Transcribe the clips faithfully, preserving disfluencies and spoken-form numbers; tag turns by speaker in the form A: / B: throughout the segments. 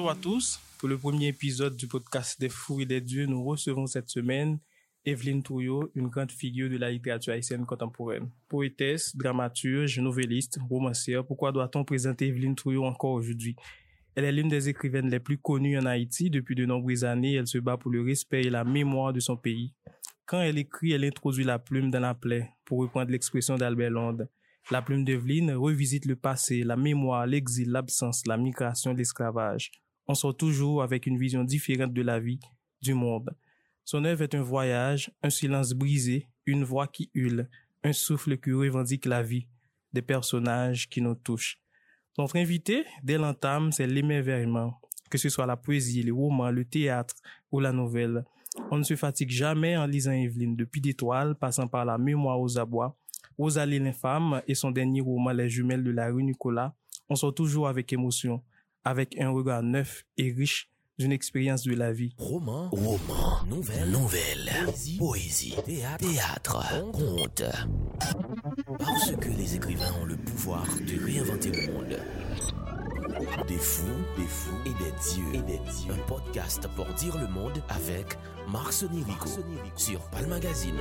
A: Bonjour à tous. Pour le premier épisode du podcast des Fous et des Dieux, nous recevons cette semaine Evelyne Touillot, une grande figure de la littérature haïtienne contemporaine. Poétesse, dramaturge, novelliste, romancière, pourquoi doit-on présenter Evelyne Touillot encore aujourd'hui? Elle est l'une des écrivaines les plus connues en Haïti. Depuis de nombreuses années, elle se bat pour le respect et la mémoire de son pays. Quand elle écrit, elle introduit la plume dans la plaie, pour reprendre l'expression d'Albert Londres. La plume d'Evelyne revisite le passé, la mémoire, l'exil, l'absence, la migration, l'esclavage. On sort toujours avec une vision différente de la vie, du monde. Son œuvre est un voyage, un silence brisé, une voix qui hurle, un souffle qui revendique la vie, des personnages qui nous touchent. Notre invité, dès l'entame, c'est l'émerveillement, que ce soit la poésie, les romans, le théâtre ou la nouvelle. On ne se fatigue jamais en lisant Evelyne, depuis d'étoiles, passant par la mémoire aux abois, Rosalie l'infâme et son dernier roman Les jumelles de la rue Nicolas. On sort toujours avec émotion, avec un regard neuf et riche d'une expérience de la vie.
B: Roman, roman, nouvelle, nouvelle, poésie, poésie, théâtre, théâtre, conte. Parce que les écrivains ont le pouvoir de réinventer le monde. Des fous, des fous et des dieux, et des dieux. Un podcast pour dire le monde avec Marc Sonirico sur Palm Magazine.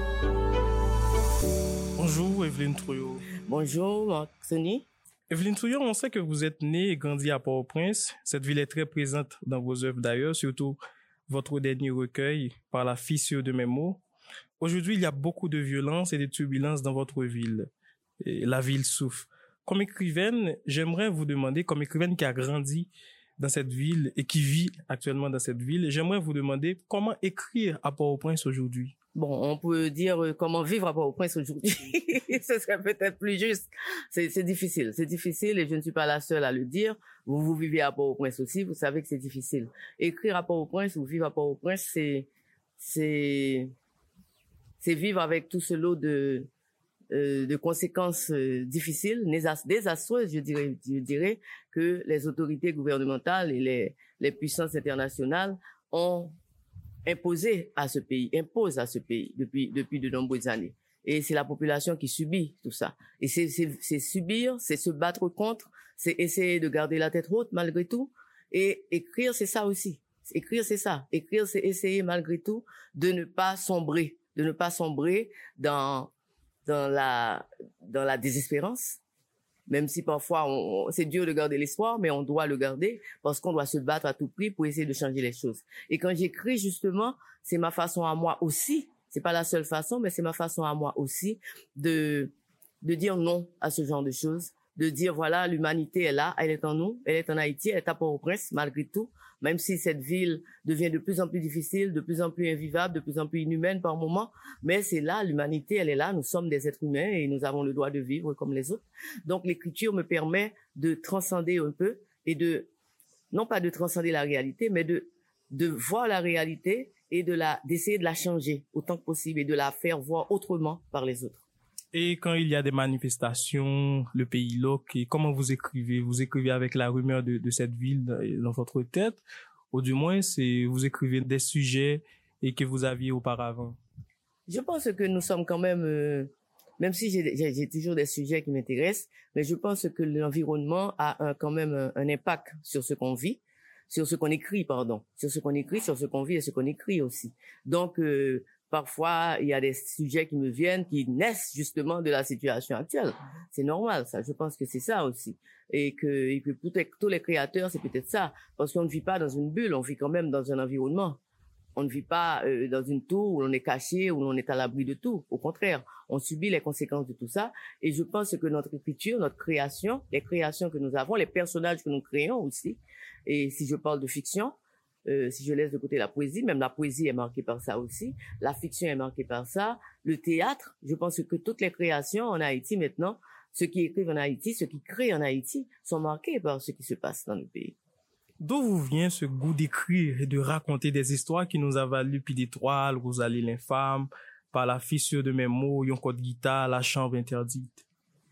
A: Bonjour Evelyne Touillot.
C: Bonjour Marc Soni.
A: Evelyne Touillot, on sait que vous êtes née et grandie à Port-au-Prince. Cette ville est très présente dans vos œuvres d'ailleurs, surtout votre dernier recueil, Par la fissure de mes mots. Aujourd'hui, il y a beaucoup de violence et de turbulences dans votre ville. Et la ville souffre. Comme écrivaine, j'aimerais vous demander, comme écrivaine qui a grandi dans cette ville et qui vit actuellement dans cette ville, j'aimerais vous demander comment écrire à Port-au-Prince aujourd'hui.
C: Bon, on peut dire euh, comment vivre à Port-au-Prince aujourd'hui. Ce serait peut-être plus juste. C'est, c'est difficile. C'est difficile et je ne suis pas la seule à le dire. Vous, vous vivez à Port-au-Prince aussi. Vous savez que c'est difficile. Écrire à Port-au-Prince ou vivre à Port-au-Prince, c'est, c'est, c'est vivre avec tout ce lot de, euh, de conséquences euh, difficiles, désastreuses, je dirais, je dirais, que les autorités gouvernementales et les, les puissances internationales ont imposé à ce pays, impose à ce pays depuis, depuis de nombreuses années. Et c'est la population qui subit tout ça. Et c'est, c'est, c'est subir, c'est se battre contre, c'est essayer de garder la tête haute malgré tout. Et écrire, c'est ça aussi. Écrire, c'est ça. Écrire, c'est essayer malgré tout de ne pas sombrer, de ne pas sombrer dans, dans la, dans la désespérance. Même si parfois on, c'est dur de garder l'espoir, mais on doit le garder parce qu'on doit se battre à tout prix pour essayer de changer les choses. Et quand j'écris justement, c'est ma façon à moi aussi, c'est pas la seule façon, mais c'est ma façon à moi aussi de de dire non à ce genre de choses, de dire voilà, l'humanité est là, elle est en nous, elle est en Haïti, elle est à Port-au-Prince malgré tout, même si cette ville devient de plus en plus difficile, de plus en plus invivable, de plus en plus inhumaine par moments, mais c'est là, l'humanité, elle est là, nous sommes des êtres humains et nous avons le droit de vivre comme les autres. Donc l'écriture me permet de transcender un peu et de, non pas de transcender la réalité, mais de de voir la réalité et de la d'essayer de la changer autant que possible et de la faire voir autrement par les autres.
A: Et quand il y a des manifestations, le pays loque, et comment vous écrivez? Vous écrivez avec la rumeur de, de cette ville dans, dans votre tête, ou du moins, c'est vous écrivez des sujets et que vous aviez auparavant?
C: Je pense que nous sommes quand même, euh, même si j'ai, j'ai, j'ai toujours des sujets qui m'intéressent, mais je pense que l'environnement a un, quand même un, un impact sur ce qu'on vit, sur ce qu'on écrit, pardon, sur ce qu'on écrit, sur ce qu'on vit et ce qu'on écrit aussi. Donc, euh, parfois, il y a des sujets qui me viennent, qui naissent justement de la situation actuelle. C'est normal, ça. Je pense que c'est ça aussi. Et que, et que pour tous les créateurs, c'est peut-être ça. Parce qu'on ne vit pas dans une bulle, on vit quand même dans un environnement. On ne vit pas euh, dans une tour où l'on est caché, où l'on est à l'abri de tout. Au contraire, on subit les conséquences de tout ça. Et je pense que notre écriture, notre création, les créations que nous avons, les personnages que nous créons aussi, et si je parle de fiction, Euh, si je laisse de côté la poésie, même la poésie est marquée par ça aussi, la fiction est marquée par ça, le théâtre, je pense que toutes les créations en Haïti maintenant, ceux qui écrivent en Haïti, ceux qui créent en Haïti, sont marqués par ce qui se passe dans le pays.
A: D'où vous vient ce goût d'écrire et de raconter des histoires qui nous a valu Pied d'étoiles, Rosalie l'infâme, Par la fissure de mes mots, Yon code guitare, La chambre interdite?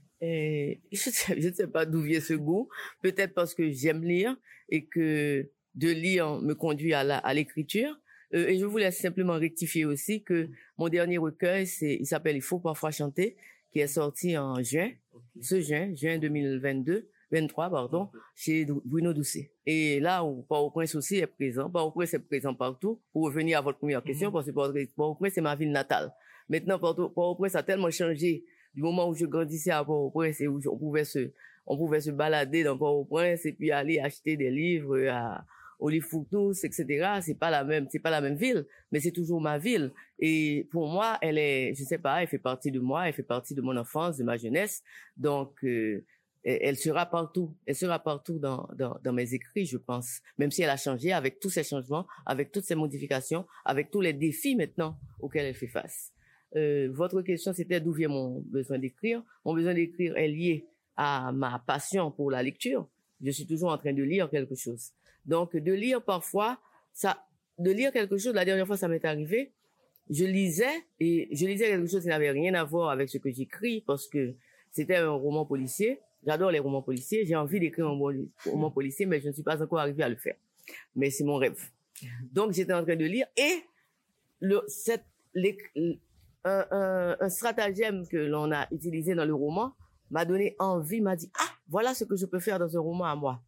C: Et je sais, je ne sais pas d'où vient ce goût, peut-être parce que j'aime lire et que de lire me conduit à, la, à l'écriture. Euh, et je voulais simplement rectifier aussi que mon dernier recueil, c'est, il s'appelle Il faut parfois chanter, qui est sorti en juin, okay. ce juin, juin deux mille vingt-deux. vingt-trois, pardon, chez Bruno Doucet. Et là où Port-au-Prince aussi est présent, Port-au-Prince est présent partout. Pour revenir à votre première question, parce que Port-au-Prince, c'est ma ville natale. Maintenant, Port-au-Prince a tellement changé du moment où je grandissais à Port-au-Prince et où on pouvait se, on pouvait se balader dans Port-au-Prince et puis aller acheter des livres à Olive Foutus, et cetera. C'est pas la même, c'est pas la même ville, mais c'est toujours ma ville. Et pour moi, elle est, je sais pas, elle fait partie de moi, elle fait partie de mon enfance, de ma jeunesse. Donc, euh, elle sera partout, elle sera partout dans, dans, dans mes écrits, je pense. Même si elle a changé avec tous ces changements, avec toutes ces modifications, avec tous les défis maintenant auxquels elle fait face. Euh, votre question, c'était d'où vient mon besoin d'écrire. Mon besoin d'écrire est lié à ma passion pour la lecture. Je suis toujours en train de lire quelque chose. Donc, de lire parfois, ça, de lire quelque chose, la dernière fois, ça m'est arrivé. Je lisais, et je lisais quelque chose qui n'avait rien à voir avec ce que j'écris, parce que c'était un roman policier. J'adore les romans policiers. J'ai envie d'écrire un roman policier, mais je ne suis pas encore arrivée à le faire. Mais c'est mon rêve. Donc, j'étais en train de lire, et le, cette, les, un, un, un stratagème que l'on a utilisé dans le roman m'a donné envie, m'a dit, ah, voilà ce que je peux faire dans un roman à moi.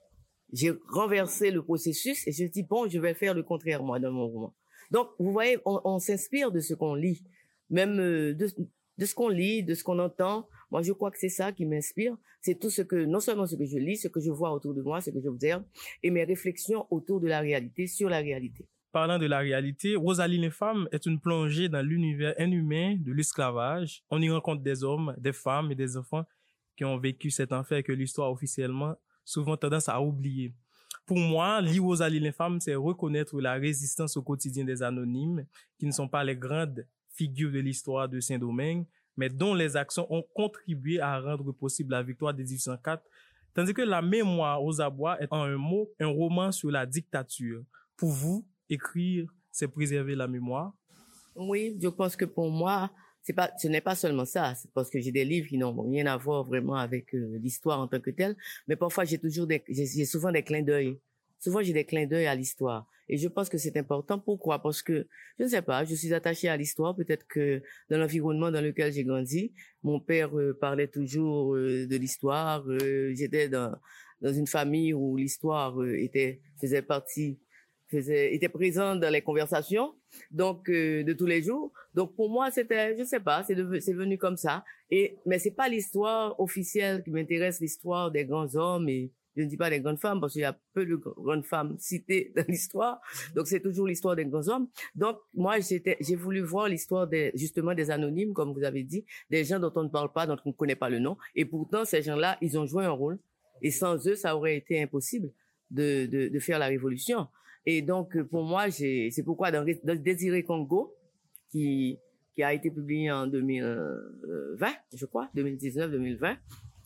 C: J'ai renversé le processus et je dis, bon, je vais faire le contraire, moi, dans mon roman. Donc, vous voyez, on, on s'inspire de ce qu'on lit, même euh, de, de ce qu'on lit, de ce qu'on entend. Moi, je crois que c'est ça qui m'inspire. C'est tout ce que, non seulement ce que je lis, ce que je vois autour de moi, ce que j'observe, et mes réflexions autour de la réalité, sur la réalité.
A: Parlant de la réalité, Rosalie l'infâme est une plongée dans l'univers inhumain de l'esclavage. On y rencontre des hommes, des femmes et des enfants qui ont vécu cet enfer que l'histoire officiellement souvent tendance à oublier. Pour moi, lire Rosalie l'infâme, c'est reconnaître la résistance au quotidien des anonymes, qui ne sont pas les grandes figures de l'histoire de Saint-Domingue, mais dont les actions ont contribué à rendre possible la victoire de dix-huit cent quatre, tandis que la mémoire aux abois est en un mot un roman sur la dictature. Pour vous, écrire, c'est préserver la mémoire?
C: Oui, je pense que pour moi, c'est pas, ce n'est pas seulement ça. C'est parce que j'ai des livres qui n'ont rien à voir vraiment avec euh, l'histoire en tant que telle. Mais parfois, j'ai toujours des, j'ai, j'ai souvent des clins d'œil. Souvent, j'ai des clins d'œil à l'histoire. Et je pense que c'est important. Pourquoi? Parce que, je ne sais pas, je suis attachée à l'histoire. Peut-être que dans l'environnement dans lequel j'ai grandi, mon père euh, parlait toujours euh, de l'histoire. Euh, j'étais dans, dans une famille où l'histoire euh, était, faisait partie faisait, était présent dans les conversations, donc euh, de tous les jours. Donc pour moi, c'était, je sais pas, c'est, de, c'est venu comme ça. Et mais c'est pas l'histoire officielle qui m'intéresse, l'histoire des grands hommes, et je ne dis pas des grandes femmes parce qu'il y a peu de grandes femmes citées dans l'histoire. Donc c'est toujours l'histoire des grands hommes. Donc moi, j'étais, j'ai voulu voir l'histoire des, justement des anonymes, comme vous avez dit, des gens dont on ne parle pas, dont on ne connaît pas le nom. Et pourtant, ces gens-là, ils ont joué un rôle. Et sans eux, ça aurait été impossible de, de, de faire la révolution. Et donc, pour moi, j'ai, c'est pourquoi dans, dans Désiré Congo, qui, qui a été publié en deux mille vingt, je crois, deux mille dix-neuf deux mille vingt,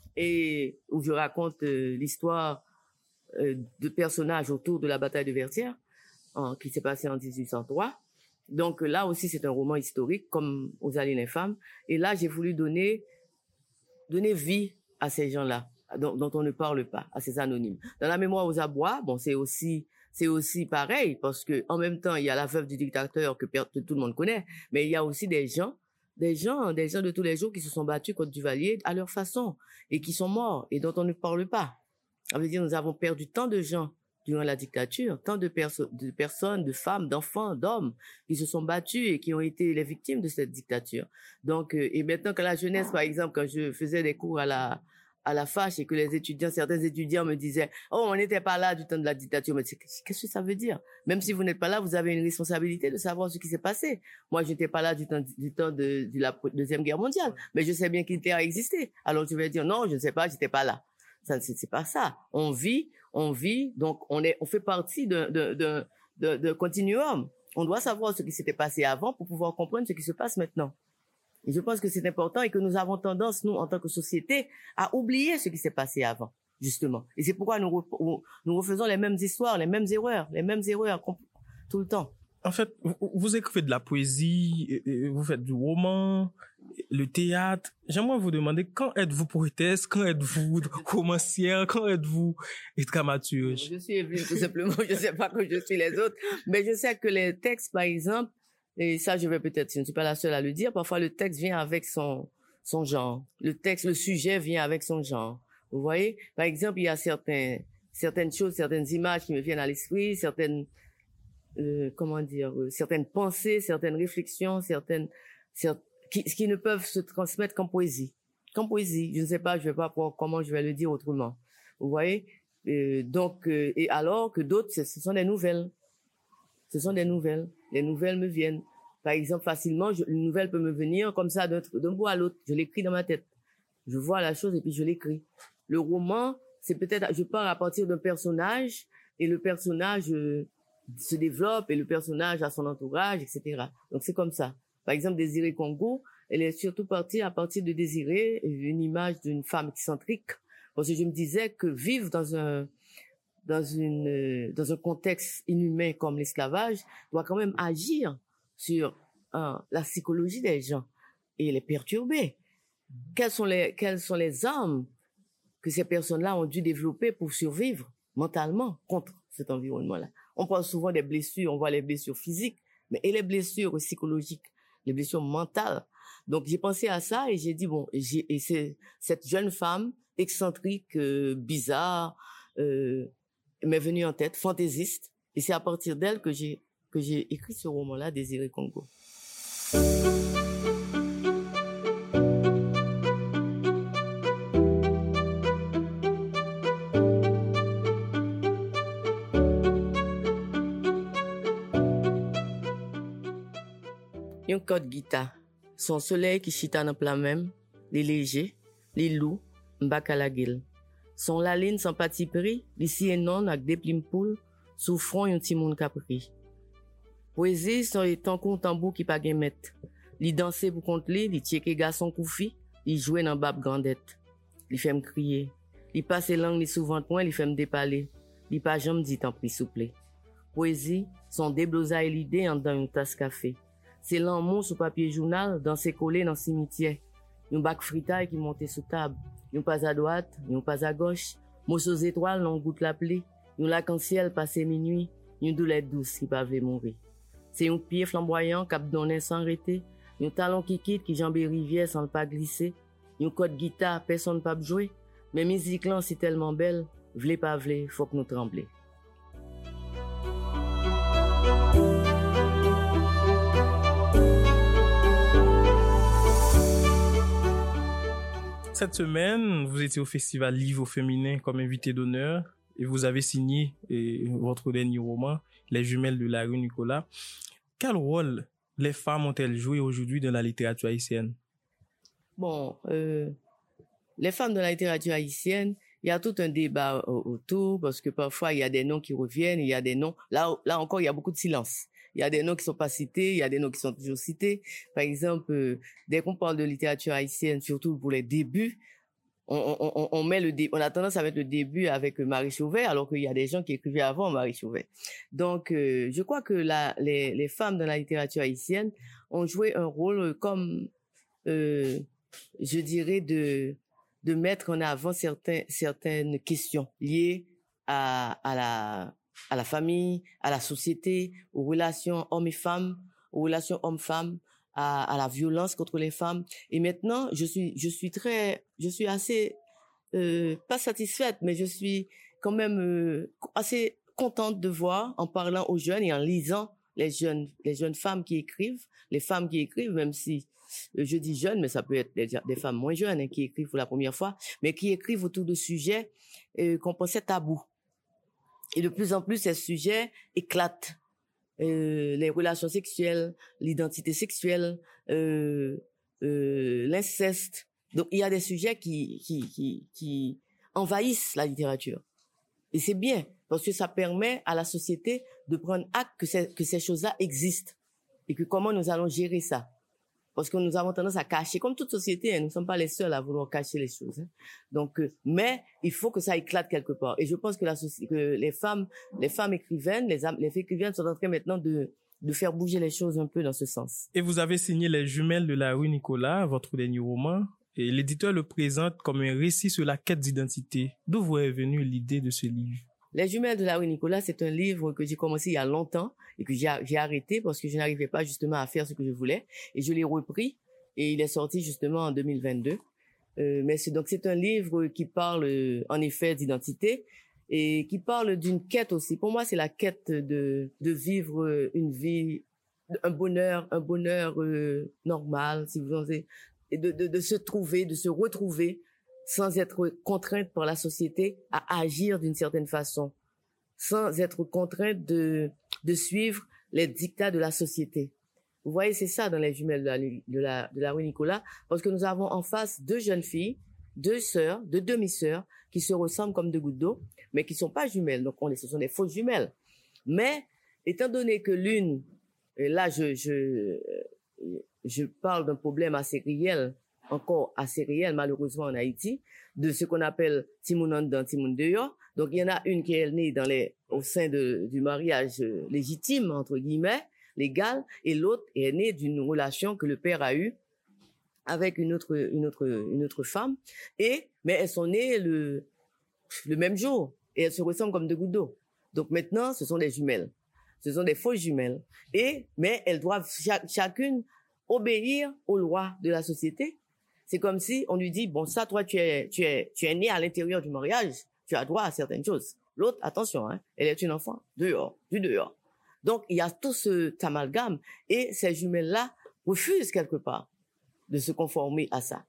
C: et où je raconte euh, l'histoire euh, de personnages autour de la bataille de Vertières, en, qui s'est passée en dix-huit cent trois. Donc là aussi, c'est un roman historique, comme Rosalie l'infâme. Et là, j'ai voulu donner, donner vie à ces gens-là, dont, dont on ne parle pas, à ces anonymes. Dans la mémoire aux abois, bon, c'est aussi... C'est aussi pareil, parce que en même temps, il y a la veuve du dictateur que tout le monde connaît, mais il y a aussi des gens, des gens, des gens de tous les jours qui se sont battus contre Duvalier à leur façon et qui sont morts et dont on ne parle pas. Ça veut dire, nous avons perdu tant de gens durant la dictature, tant de, perso- de personnes, de femmes, d'enfants, d'hommes qui se sont battus et qui ont été les victimes de cette dictature. Donc, euh, et maintenant que la jeunesse, par exemple, quand je faisais des cours à la à la fâche et que les étudiants, certains étudiants me disaient, oh, on n'était pas là du temps de la dictature. Mais qu'est-ce que ça veut dire? Même si vous n'êtes pas là, vous avez une responsabilité de savoir ce qui s'est passé. Moi, je n'étais pas là du temps, du temps de, de la Deuxième Guerre mondiale, mais je sais bien qu'Hitler a existé. Alors, je vais dire, non, je ne sais pas, j'étais pas là. Ça, c'est, c'est pas ça. On vit, on vit, donc on est, on fait partie d'un, d'un, d'un, d'un, d'un continuum. On doit savoir ce qui s'était passé avant pour pouvoir comprendre ce qui se passe maintenant. Et je pense que c'est important et que nous avons tendance, nous, en tant que société, à oublier ce qui s'est passé avant, justement. Et c'est pourquoi nous, re, nous refaisons les mêmes histoires, les mêmes erreurs, les mêmes erreurs tout le temps.
A: En fait, vous, vous écrivez de la poésie, vous faites du roman, le théâtre. J'aimerais vous demander, quand êtes-vous poétesse, quand êtes-vous romancière, quand êtes-vous dramaturge?
C: Je suis Evelyne, tout simplement. Je ne sais pas que je suis les autres, mais je sais que les textes, par exemple, et ça, je vais peut-être, je ne suis pas la seule à le dire, parfois le texte vient avec son, son genre. Le texte, le sujet vient avec son genre. Vous voyez? Par exemple, il y a certains, certaines choses, certaines images qui me viennent à l'esprit, certaines, euh, comment dire, euh, certaines pensées, certaines réflexions, certaines, cer- qui, qui ne peuvent se transmettre qu'en poésie. Qu'en poésie. Je ne sais pas, je vais pas voir comment je vais le dire autrement. Vous voyez? Euh, donc, euh, et alors que d'autres, ce, ce sont des nouvelles. Ce sont des nouvelles. Les nouvelles me viennent. Par exemple, facilement, je, une nouvelle peut me venir comme ça d'un, d'un bout à l'autre. Je l'écris dans ma tête. Je vois la chose et puis je l'écris. Le roman, c'est peut-être, je pars à partir d'un personnage et le personnage euh, se développe et le personnage a son entourage, et cetera. Donc c'est comme ça. Par exemple, Désiré Congo, elle est surtout partie à partir de Désiré, une image d'une femme excentrique. Parce que je me disais que vivre dans un dans une euh, dans un contexte inhumain comme l'esclavage doit quand même agir sur euh, la psychologie des gens et les perturber. Quelles sont les quelles sont les armes que ces personnes-là ont dû développer pour survivre mentalement contre cet environnement-là? On parle souvent des blessures, on voit les blessures physiques, mais et les blessures psychologiques, les blessures mentales. Donc j'ai pensé à ça et j'ai dit bon, j'ai, et c'est cette jeune femme excentrique, euh, bizarre, euh, m'est venue en tête, fantaisiste, et c'est à partir d'elle que j'ai que j'ai écrit ce roman-là, Désiré Congo. Yon code guitare, son soleil qui chita dans plat même, les légers, les loups, m'bak à la gueule. Son laline sans pati pri, li si non ak des plim poule, sous front yon ti moun kapri. Poésie son etan kon tambou qui pa gen met. Li danse pour kont li, li tcheke garçon koufi, li jouer dans bab grandette. Li fait me crier. Li passe langue li souvent point, li fait me dépaler. Li pa jam dit en pri souple. Poésie son déblosaille l'idée en dans une tasse café. C'est l'amour sous papier journal, dans ses collés dans cimetière. Yon bac fritaille qui monte sous table. Yon pas à droite, yon pas à gauche. Mousse aux étoiles, non goutte la pluie. Yon lac en ciel passé minuit. Yon douleur douce qui pa vle mourir. C'est yon pied flamboyant cap donné sans arrêter. Yon talon qui quitte qui jambe rivière sans le pas glisser. Yon code guitare, personne pas jouer. Mais musique là c'est tellement belle. Vle pas vle, faut que nous trembler.
A: Cette semaine, vous étiez au Festival Livre au féminin comme invité d'honneur et vous avez signé et, votre dernier roman, Les jumelles de la rue Nicolas. Quel rôle les femmes ont-elles joué aujourd'hui dans la littérature haïtienne?
C: Bon, euh, les femmes dans la littérature haïtienne, il y a tout un débat autour parce que parfois il y a des noms qui reviennent, il y a des noms, là, là encore il y a beaucoup de silence. Il y a des noms qui sont pas cités, il y a des noms qui sont toujours cités. Par exemple, euh, dès qu'on parle de littérature haïtienne, surtout pour les débuts, on, on, on met le dé, on a tendance à mettre le début avec Marie Chauvet, alors qu'il y a des gens qui écrivaient avant Marie Chauvet. Donc, euh, je crois que la, les, les femmes dans la littérature haïtienne ont joué un rôle comme, euh, je dirais, de de mettre en avant certains, certaines questions liées à, à la à la famille, à la société, aux relations hommes et femmes, aux relations hommes-femmes, à, à la violence contre les femmes. Et maintenant, je suis, je suis très, je suis assez, euh, pas satisfaite, mais je suis quand même euh, assez contente de voir, en parlant aux jeunes et en lisant les jeunes, les jeunes femmes qui écrivent, les femmes qui écrivent, même si euh, je dis jeunes, mais ça peut être des, des femmes moins jeunes hein, qui écrivent pour la première fois, mais qui écrivent autour de sujets euh, qu'on pensait tabous. Et de plus en plus, ces sujets éclatent. Euh, les relations sexuelles, l'identité sexuelle, euh, euh, l'inceste. Donc, il y a des sujets qui, qui, qui, qui envahissent la littérature. Et c'est bien, parce que ça permet à la société de prendre acte que, ces, que ces choses-là existent. Et que comment nous allons gérer ça. Parce que nous avons tendance à cacher, comme toute société, hein, nous ne sommes pas les seuls à vouloir cacher les choses. Hein. Donc, euh, mais il faut que ça éclate quelque part. Et je pense que, la, que les femmes, les femmes écrivaines, les, les filles écrivaines sont en train maintenant de, de faire bouger les choses un peu dans ce sens.
A: Et vous avez signé Les jumelles de la rue Nicolas, votre dernier roman, et l'éditeur le présente comme un récit sur la quête d'identité. D'où vous est venue l'idée de ce livre?
C: Les jumelles de la rue Nicolas, c'est un livre que j'ai commencé il y a longtemps et que j'ai, j'ai arrêté parce que je n'arrivais pas justement à faire ce que je voulais. Et je l'ai repris et il est sorti justement en deux mille vingt-deux. Euh, mais c'est donc c'est un livre qui parle euh, en effet d'identité et qui parle d'une quête aussi. Pour moi, c'est la quête de de vivre une vie, un bonheur, un bonheur euh, normal, si vous osez, et de, de de se trouver, de se retrouver sans être contrainte par la société à agir d'une certaine façon, sans être contrainte de de suivre les dictats de la société. Vous voyez, c'est ça dans les jumelles de la, de la, de la rue Nicolas, parce que nous avons en face deux jeunes filles, deux sœurs, deux demi-sœurs, qui se ressemblent comme deux gouttes d'eau, mais qui sont pas jumelles. Donc, on est, ce sont des fausses jumelles. Mais, étant donné que l'une, et là, je, je, je parle d'un problème assez réel, encore assez réel, malheureusement, en Haïti, de ce qu'on appelle Timoun en dedans, Timoun dehors. Donc, il y en a une qui est née dans les, au sein de, du mariage légitime, entre guillemets, légal, et l'autre est née d'une relation que le père a eue avec une autre, une autre, une autre femme. Et, mais elles sont nées le, le même jour. Et elles se ressemblent comme deux gouttes d'eau. Donc maintenant, ce sont des jumelles. Ce sont des fausses jumelles. Et, mais elles doivent chaque, chacune obéir aux lois de la société. C'est comme si on lui dit, bon, ça, toi, tu es, tu es, tu es né à l'intérieur du mariage. Tu as droit à certaines choses. L'autre, attention, hein, elle est une enfant. Dehors, du dehors. Donc, il y a tout ce amalgame et ces jumelles-là refusent quelque part de se conformer à ça.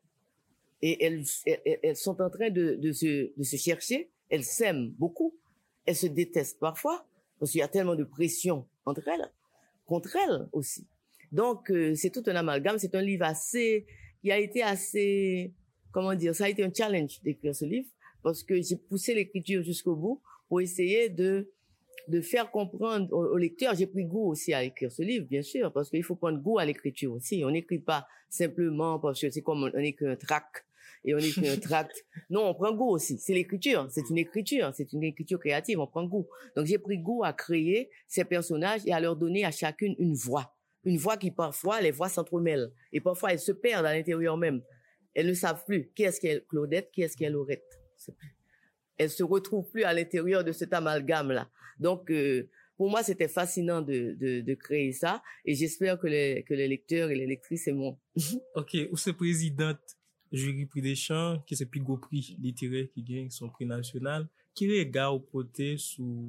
C: Et elles, elles, elles sont en train de, de, se, de se chercher, elles s'aiment beaucoup, elles se détestent parfois, parce qu'il y a tellement de pression entre elles, contre elles aussi. Donc, euh, c'est tout un amalgame, c'est un livre assez, qui a été assez, comment dire, ça a été un challenge d'écrire ce livre, parce que j'ai poussé l'écriture jusqu'au bout pour essayer de de faire comprendre aux, aux lecteurs. J'ai pris goût aussi à écrire ce livre, bien sûr, parce qu'il faut prendre goût à l'écriture aussi. On n'écrit pas simplement parce que c'est comme on, on écrit un tract et on écrit un tract. Non, on prend goût aussi. C'est l'écriture, c'est une écriture, c'est une écriture créative, on prend goût. Donc j'ai pris goût à créer ces personnages et à leur donner à chacune une voix. Une voix qui parfois, les voix s'entremêlent et parfois elles se perdent à l'intérieur même. Elles ne savent plus qui est-ce qu'elle est Claudette, qui est-ce qu'elle est Laurette. C'est plus. Elles se retrouvent plus à l'intérieur de cet amalgame-là. Donc, euh, pour moi, c'était fascinant de, de, de créer ça, et j'espère que les, que les lecteurs et les lectrices aimeront.
A: Ok, ou c'est présidente jury prix des champs, qui c'est plus gros prix littéraire qui gagne son prix national, qui regarde au côté sous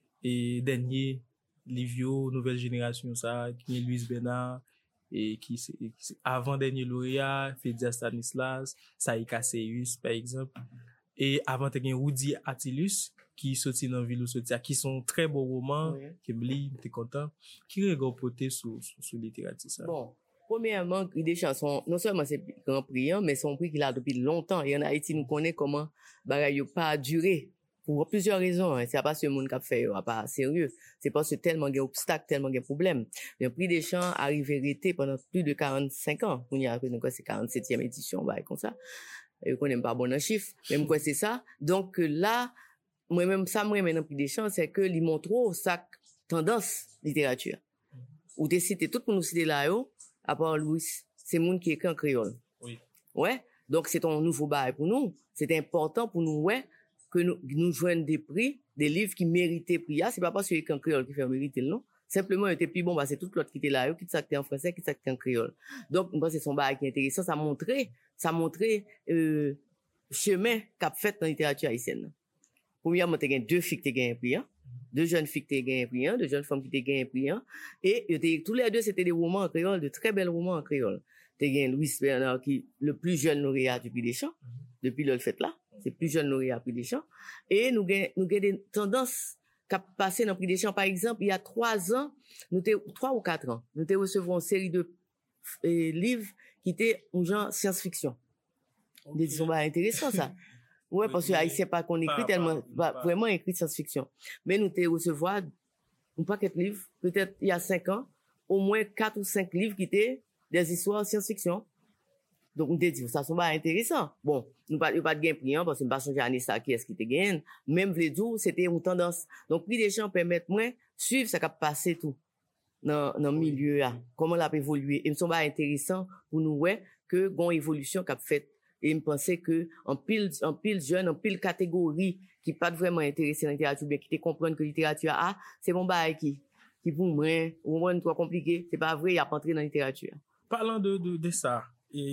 A: et dernier livre nouvelle génération ça, qui est Louise Bernard et qui c'est avant dernier lauréat, Fédia Stanislas, Saïka Seyus par exemple. Et avant, tu as Woody Attilus, qui sorti dans Ville ou sorti, qui sont très beaux romans, oui. Qui me lit, t'es content. Qui regarde porter sur, sur, sur littérature, ça?
C: Bon. Premièrement, des chansons, non seulement c'est grand prix, mais son prix qu'il a depuis longtemps. Et en Haïti, nous connaissons comment, bah, il n'a pas duré. Pour plusieurs raisons, hein. C'est pas ce monde qui a fait, pas sérieux. C'est parce que tellement il y a obstacles, tellement il y a problèmes. Le prix des champs arrive hérité pendant plus de quarante-cinq ans. On y a, c'est quarante-septième édition, bah, comme ça. Je connais pas bon en chiffre, même quoi c'est ça. Donc là, moi-même, ça, moi, maintenant, prix des champs, c'est que ils montrent sa tendance littérature. Ou t'es cité tout pour nous citer là, yo, à part Louis, c'est monde qui écrit en créole.
A: Oui.
C: Ouais. Donc c'est un nouveau bail pour nous. C'est important pour nous, ouais, que nous, nous joignent des prix, des livres qui méritaient prix. C'est pas parce qu'il écrit en créole qui fait mériter, non. Simplement, il était plus bon, bah, c'est tout l'autre qui était là, qui s'actait en français, qui s'actait en créole. Donc, moi, c'est son bail qui est intéressant. Ça montrait, ça montrait, euh, chemin qu'a fait dans la littérature haïtienne. Premièrement, t'as gagné deux filles qui t'ont gagné un prix, hein. Deux jeunes filles qui t'ont gagné un prix, hein. Deux jeunes femmes qui t'ont gagné un prix, hein. Et, tous les deux, c'était des romans en créole, de très belles romans en créole. T'as gagné Louis Bernard, qui, le plus jeune lauréat du prix des champs, depuis le fait là. C'est le plus jeune lauréat du prix des champs. Et nous gagnons, nous gagnons des tendances qu'a passé dans le prix des champs. Par exemple, il y a trois ans, nous t'es, trois ou quatre ans, nous t'es recevoir une série de euh, livres qui étaient en genre science-fiction. Okay. Des disons, bah, intéressant, ça. Ouais, parce que Haïtien pas qu'on écrit tellement, pas, pas. Vraiment écrit science-fiction. Mais nous t'es recevoir un paquet de livres, peut-être il y a cinq ans, au moins quatre ou cinq livres qui étaient des histoires science-fiction. Donc, on te dit, ça, c'est pas intéressant. Bon, nous pas, pas de gain prix, parce que nous pas changer année ça, qui est-ce qui te gagne. Même les jours, c'était une tendance. Donc, prix des gens permettent moins, suivre ça qui a passé tout, dans, dans le milieu, là. Comment l'a évolué. Et, nous sommes pas intéressants pour nous, ouais, que, gon évolution qu'a fait. Et, me pensais que, en pile, en pile jeune, en pile catégorie, qui pas vraiment intéressé dans la littérature, bien, qui te comprennent que la littérature, ah, c'est bon, bah, qui, qui pour moi, au moins, trop compliqué. C'est pas vrai, il a pas entré dans la littérature.
A: Parlant de, de, de ça, et,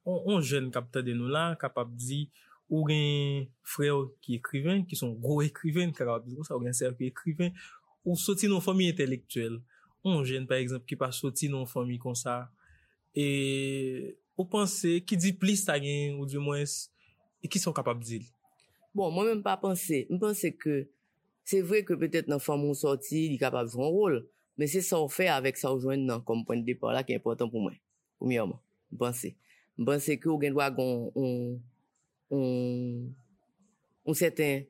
A: on, on jeune capteur de nous là, capable de dire, ou un frère qui est écrivain, qui sont gros écrivains, capable de dire ça, ou un cercle écrivain, ou sorti dans une famille intellectuelle. On jeune, par exemple, qui pas sorti dans une famille comme ça, et, ou pensez, qui dit plus ça gagne, ou du moins, et qui sont capables de dire.
C: Bon, moi-même pas penser. Je pense que c'est vrai que peut-être dans la femme ou sorti, il est capable de jouer un rôle. Mais c'est ça qu'on fait avec ça, on joue comme point de départ là, qui est important pour moi. Premièrement. Je pense. Je pense que on doit avoir un, un, un certain,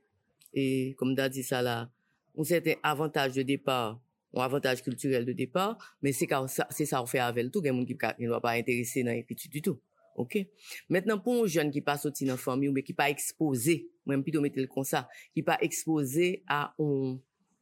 C: et comme tu as dit ça là, un certain avantage de départ, un avantage culturel de départ, mais c'est ça, c'est ça qu'on fait avec tout, il y a des gens qui ne doit pas intéresser dans l'écriture du tout. OK? Maintenant, pour un jeune qui pas sorti dans la famille, ou qui pas exposé, même plutôt mettre le comme ça, qui pas exposé à un,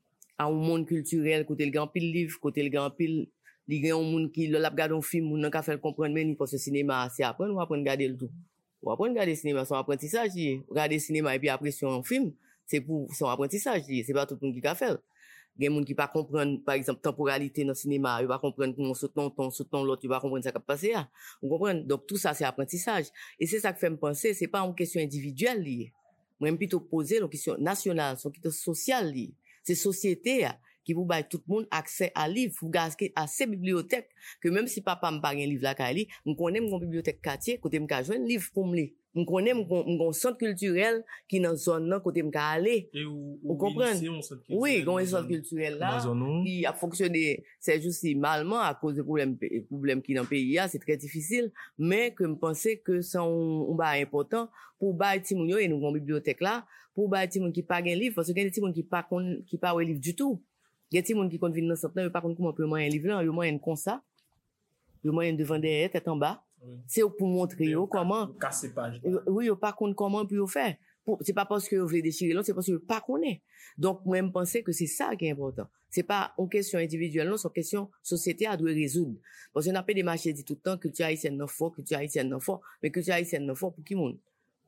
C: à un monde culturel, côté le grand pile livre, côté le grand pile, il y a un monde qui, l'a regarde un film, on n'a faire comprendre, mais il faut ce cinéma, c'est apprendre, on apprendre à regarder le tout. On apprendre à regarder le cinéma, c'est un apprentissage, regarder le cinéma et puis après sur un film, c'est pour son apprentissage, c'est pas tout le monde qui va faire. Il y a des gens qui ne comprennent pas, par exemple, temporalité dans le cinéma, ils ne comprennent pas comment saute ton ton, saute ton l'autre, ils ne comprennent pas ce qui va passer. Vous comprenez? Donc, tout ça, c'est apprentissage. Et c'est ça qui fait me penser, ce n'est pas une question individuelle liée. Moi, je plutôt poser une question nationale, une question sociale liée. C'est société qui vous donne tout le monde accès à livres, vous gardez à ces bibliothèques, que même si papa me pas un livre là, je connais mon bibliothèque quartier, côté me ka joindre livre pour me lire. Je connais mon centre culturel qui dans zone là côté me ka aller. Vous comprenez? Oui, un centre culturel là qui a fonctionné c'est juste malement à cause des problèmes problèmes qui dans le pays là, c'est très difficile, mais que me penser que c'est un ba important pour ba ti moun yo et nous une bibliothèque là, pour ba ti moun qui pas gain livre parce que gain ti moun qui pas qui pas ouais livre du tout. Il y a des gens qui viennent dans le centre, ils ne savent pas comment on peut un livre là, ils ont comme ça, ils ont devant derrière, tête en bas. C'est pour montrer comment.
A: Casser page.
C: Oui, ils ne pas comment puis faire. C'est pas parce que vous voulez déchirer l'autre, c'est parce que vous pas connaît. Donc, moi, je pense que c'est ça qui est important. C'est pas une question individuelle, non, c'est une question société à doit résoudre. Parce qu'on a pas des marchés dit tout le temps que tu haïtienne non fort, que tu haïtienne non fort, mais que tu haïtienne non fort pour qui monde?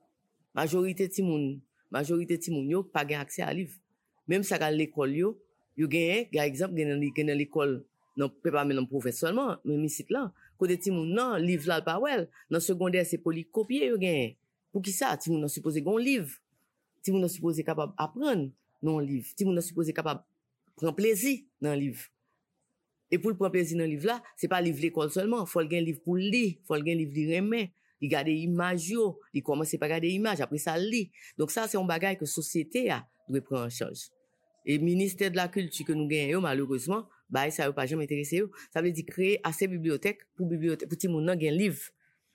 C: Majorité de monde, majorité de monde, yo pas gain accès à livre. Même ça à l'école yo, yo gagne, par exemple, gagne dans l'école, non, peut pas même professeur seulement, mais ici là, côté ti moun non, livre là pas well, dans secondaire c'est pour li copier yo gagne. Pour qui ça? Ti moun supposé gon livre. Ti moun supposé capable apprendre non livre. Ti moun supposé capable prendre plaisir dans livre. Et pour le prendre plaisir dans livre là, c'est pas livre l'école seulement, faut le gagne livre pour lire, faut le gagne livre li remet. Il garde image yo, il commence par regarder image, après ça lit. Donc ça c'est un bagage que société a doit prendre en charge. Et ministère de la culture que nous gagnons malheureusement, bah ça veut pas jamais intéresser eux. Ça veut dire créer assez bibliothèque pour bibliothèque pour ti moun nan gen livre.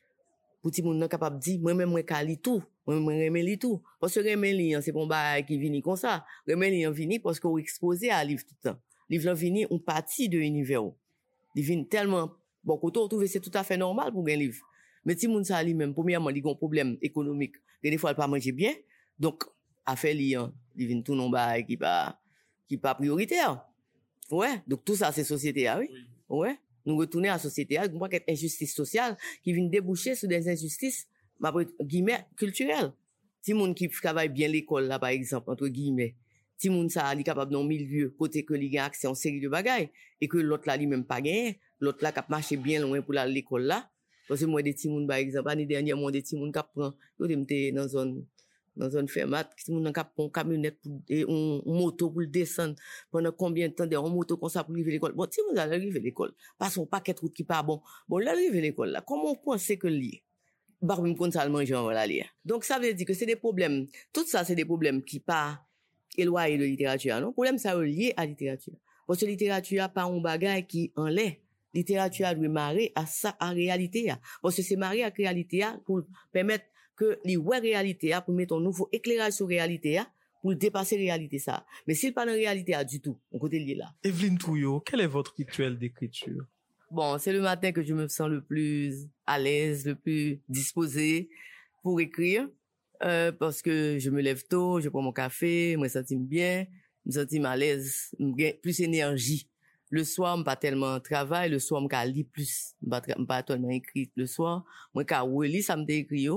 C: Pour ti moun nan capable dire moi même moi ka li tout, moi moi remen li tout. Parce que remen li c'est bon bail qui vini comme ça. Remen li vini parce qu'on exposé à livre tout le temps. Livre vini une partie de l'univers. Il vient tellement bon quand on trouve c'est tout à fait normal pour un livre. Mais ti moun ça li même premièrement il a un problème économique. Et des fois il pas manger bien. Donc affaire li il vient tout non bail qui pas qui pas prioritaire. Ouais, donc tout ça c'est société ah oui. oui. Ouais, nous retourner à la société, on voit qu'il y a une injustice sociale qui vient déboucher sur des injustices guillemets culturelles. Si moun qui travaille bien l'école là par exemple entre guillemets, si moun ça est capable dans milieu côté que il a accès à une série de bagages et que l'autre là lui même pas gagné, l'autre là qui marché bien loin pour aller l'école là. Parce que moi des petits moun par exemple l'année dernière moi des petits moun qui prend yo m'était dans zone dans une fermate, qui moun cap une camionnette pour et une moto pour descendre pendant combien de temps des moto comme ça pour arriver à l'école. Bon, si vous allez arriver à l'école, parce qu'on paquet de route qui pas bon. Bon, là arriver à l'école là, comment on pense que lié? Bah même comme ça le manger on va aller. Donc ça veut dire que c'est des problèmes. Tout ça c'est des problèmes qui pas éloignés de littérature, non? Problème ça lié à littérature. Parce que littérature pas un bagage qui en l'est. Littérature doit marrer à ça en réalité. Parce que c'est marrer à réalité pour permettre que les ouais réalité a pour mettre un nouveau éclairage sur réalité a pour dépasser réalité ça. Mais s'il pas dans réalité a du tout, on côté lié là.
A: Evelyne Touyo, quel est votre rituel d'écriture?
C: Bon, c'est le matin que je me sens le plus à l'aise, le plus disposé pour écrire euh, parce que je me lève tôt, je prends mon café, je me sens bien, je me sens à l'aise, plus énergie. Le soir, je pas tellement travail, le soir je lis plus, je pas tellement écrit le soir, moi ka relire ça me écrit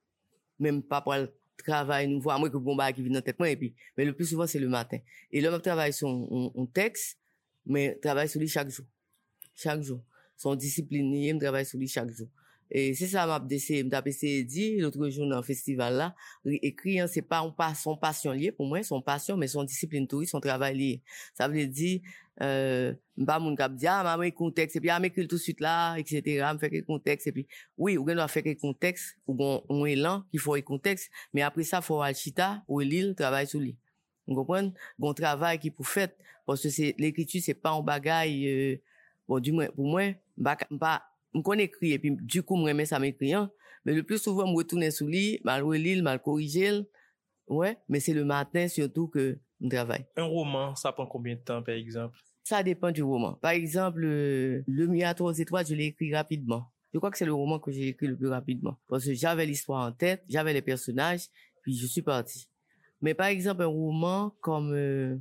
C: même pas pour le travail nous voir moi que bon bah qui vient dans tête moi et puis mais le plus souvent c'est le matin et là je travaille sur un, un texte mais travaille sur lui chaque jour chaque jour son discipliné je travaille sur lui chaque jour Et c'est ça, m'a essayé, m'a essayé de dire, l'autre jour dans le festival là, écrire, c'est pas, on pas son passion lié, pour moi, son passion, mais son discipline tout, son travail lié. Ça veut dire, euh, pas mon cap dire, ah, maman, contexte, et puis, ah, m'écrit tout de suite là, et cetera, me fait quel contexte, et puis, oui, ou bien, on fait quel contexte, ou bon, on est lent, qu'il faut un contexte, mais après ça, faut aller chita, ou l'île, travail sur lui. Vous comprenez? Bon travail qui pour fait, parce que c'est, l'écriture, c'est pas un bagaille, euh, bon, du moins, pour moi, pas, je connais écrit et puis du coup je remets ça m'écrit mais le plus souvent je retourne sur lui mal relire mal corriger ouais mais c'est le matin surtout que je travaille.
A: Un roman ça prend combien de temps par exemple?
C: Ça dépend du roman. Par exemple euh, Le Miroir aux étoiles, je l'ai écrit rapidement. Je crois que c'est le roman que j'ai écrit le plus rapidement parce que j'avais l'histoire en tête, j'avais les personnages puis je suis parti. Mais par exemple un roman comme euh,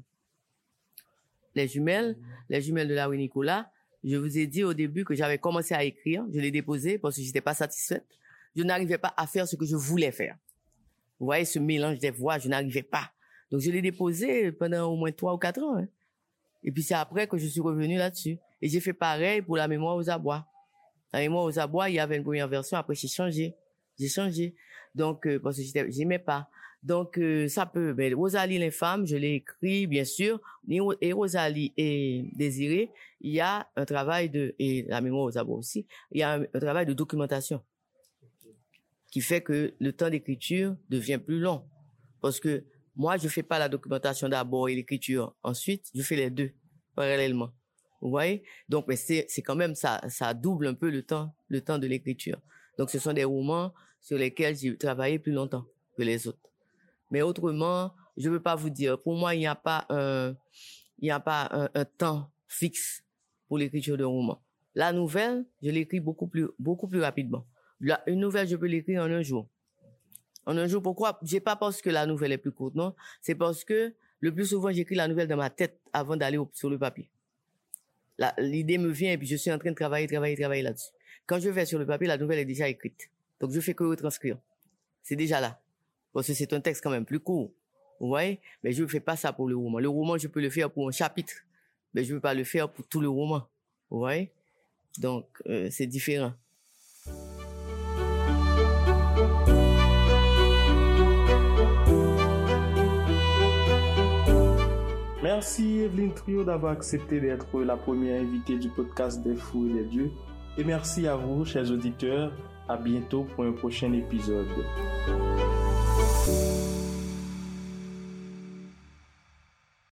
C: Les Jumelles, Les Jumelles de Larry Nicolas, je vous ai dit au début que j'avais commencé à écrire, je l'ai déposé parce que j'étais pas satisfaite. Je n'arrivais pas à faire ce que je voulais faire. Vous voyez ce mélange des voix, je n'arrivais pas. Donc je l'ai déposé pendant au moins trois ou quatre ans. Hein. Et puis c'est après que je suis revenu là-dessus. Et j'ai fait pareil pour La Mémoire aux abois. La Mémoire aux abois, il y avait une première version, après j'ai changé. J'ai changé. Donc euh, parce que j'étais, j'aimais pas. Donc euh, ça peut. Ben, Rosalie l'infâme, je l'ai écrit bien sûr. Et Rosalie et Désiré, il y a un travail de et La Mémoire aux abois aussi. Il y a un, un travail de documentation qui fait que le temps d'écriture devient plus long. Parce que moi, je fais pas la documentation d'abord et l'écriture ensuite. Je fais les deux parallèlement. Vous voyez? Donc, mais c'est c'est quand même ça ça double un peu le temps le temps de l'écriture. Donc, ce sont des romans sur lesquels j'ai travaillé plus longtemps que les autres. Mais autrement, je veux pas vous dire. Pour moi, il n'y a pas un, il n'y a pas un, un temps fixe pour l'écriture de roman. La nouvelle, je l'écris beaucoup plus, beaucoup plus rapidement. La, une nouvelle, je peux l'écrire en un jour. En un jour, pourquoi? J'ai pas parce que la nouvelle est plus courte, non. C'est parce que le plus souvent, j'écris la nouvelle dans ma tête avant d'aller au, sur le papier. La, l'idée me vient et puis je suis en train de travailler, travailler, travailler là-dessus. Quand je vais sur le papier, la nouvelle est déjà écrite. Donc, je fais que retranscrire. C'est déjà là. Parce que c'est un texte quand même plus court. Vous voyez? Mais je ne fais pas ça pour le roman. Le roman, je peux le faire pour un chapitre. Mais je ne veux pas le faire pour tout le roman. Vous voyez? Donc, euh, c'est différent.
A: Merci Evelyne Trouillot d'avoir accepté d'être la première invitée du podcast des Fous et des Dieux. Et merci à vous, chers auditeurs. À bientôt pour un prochain épisode.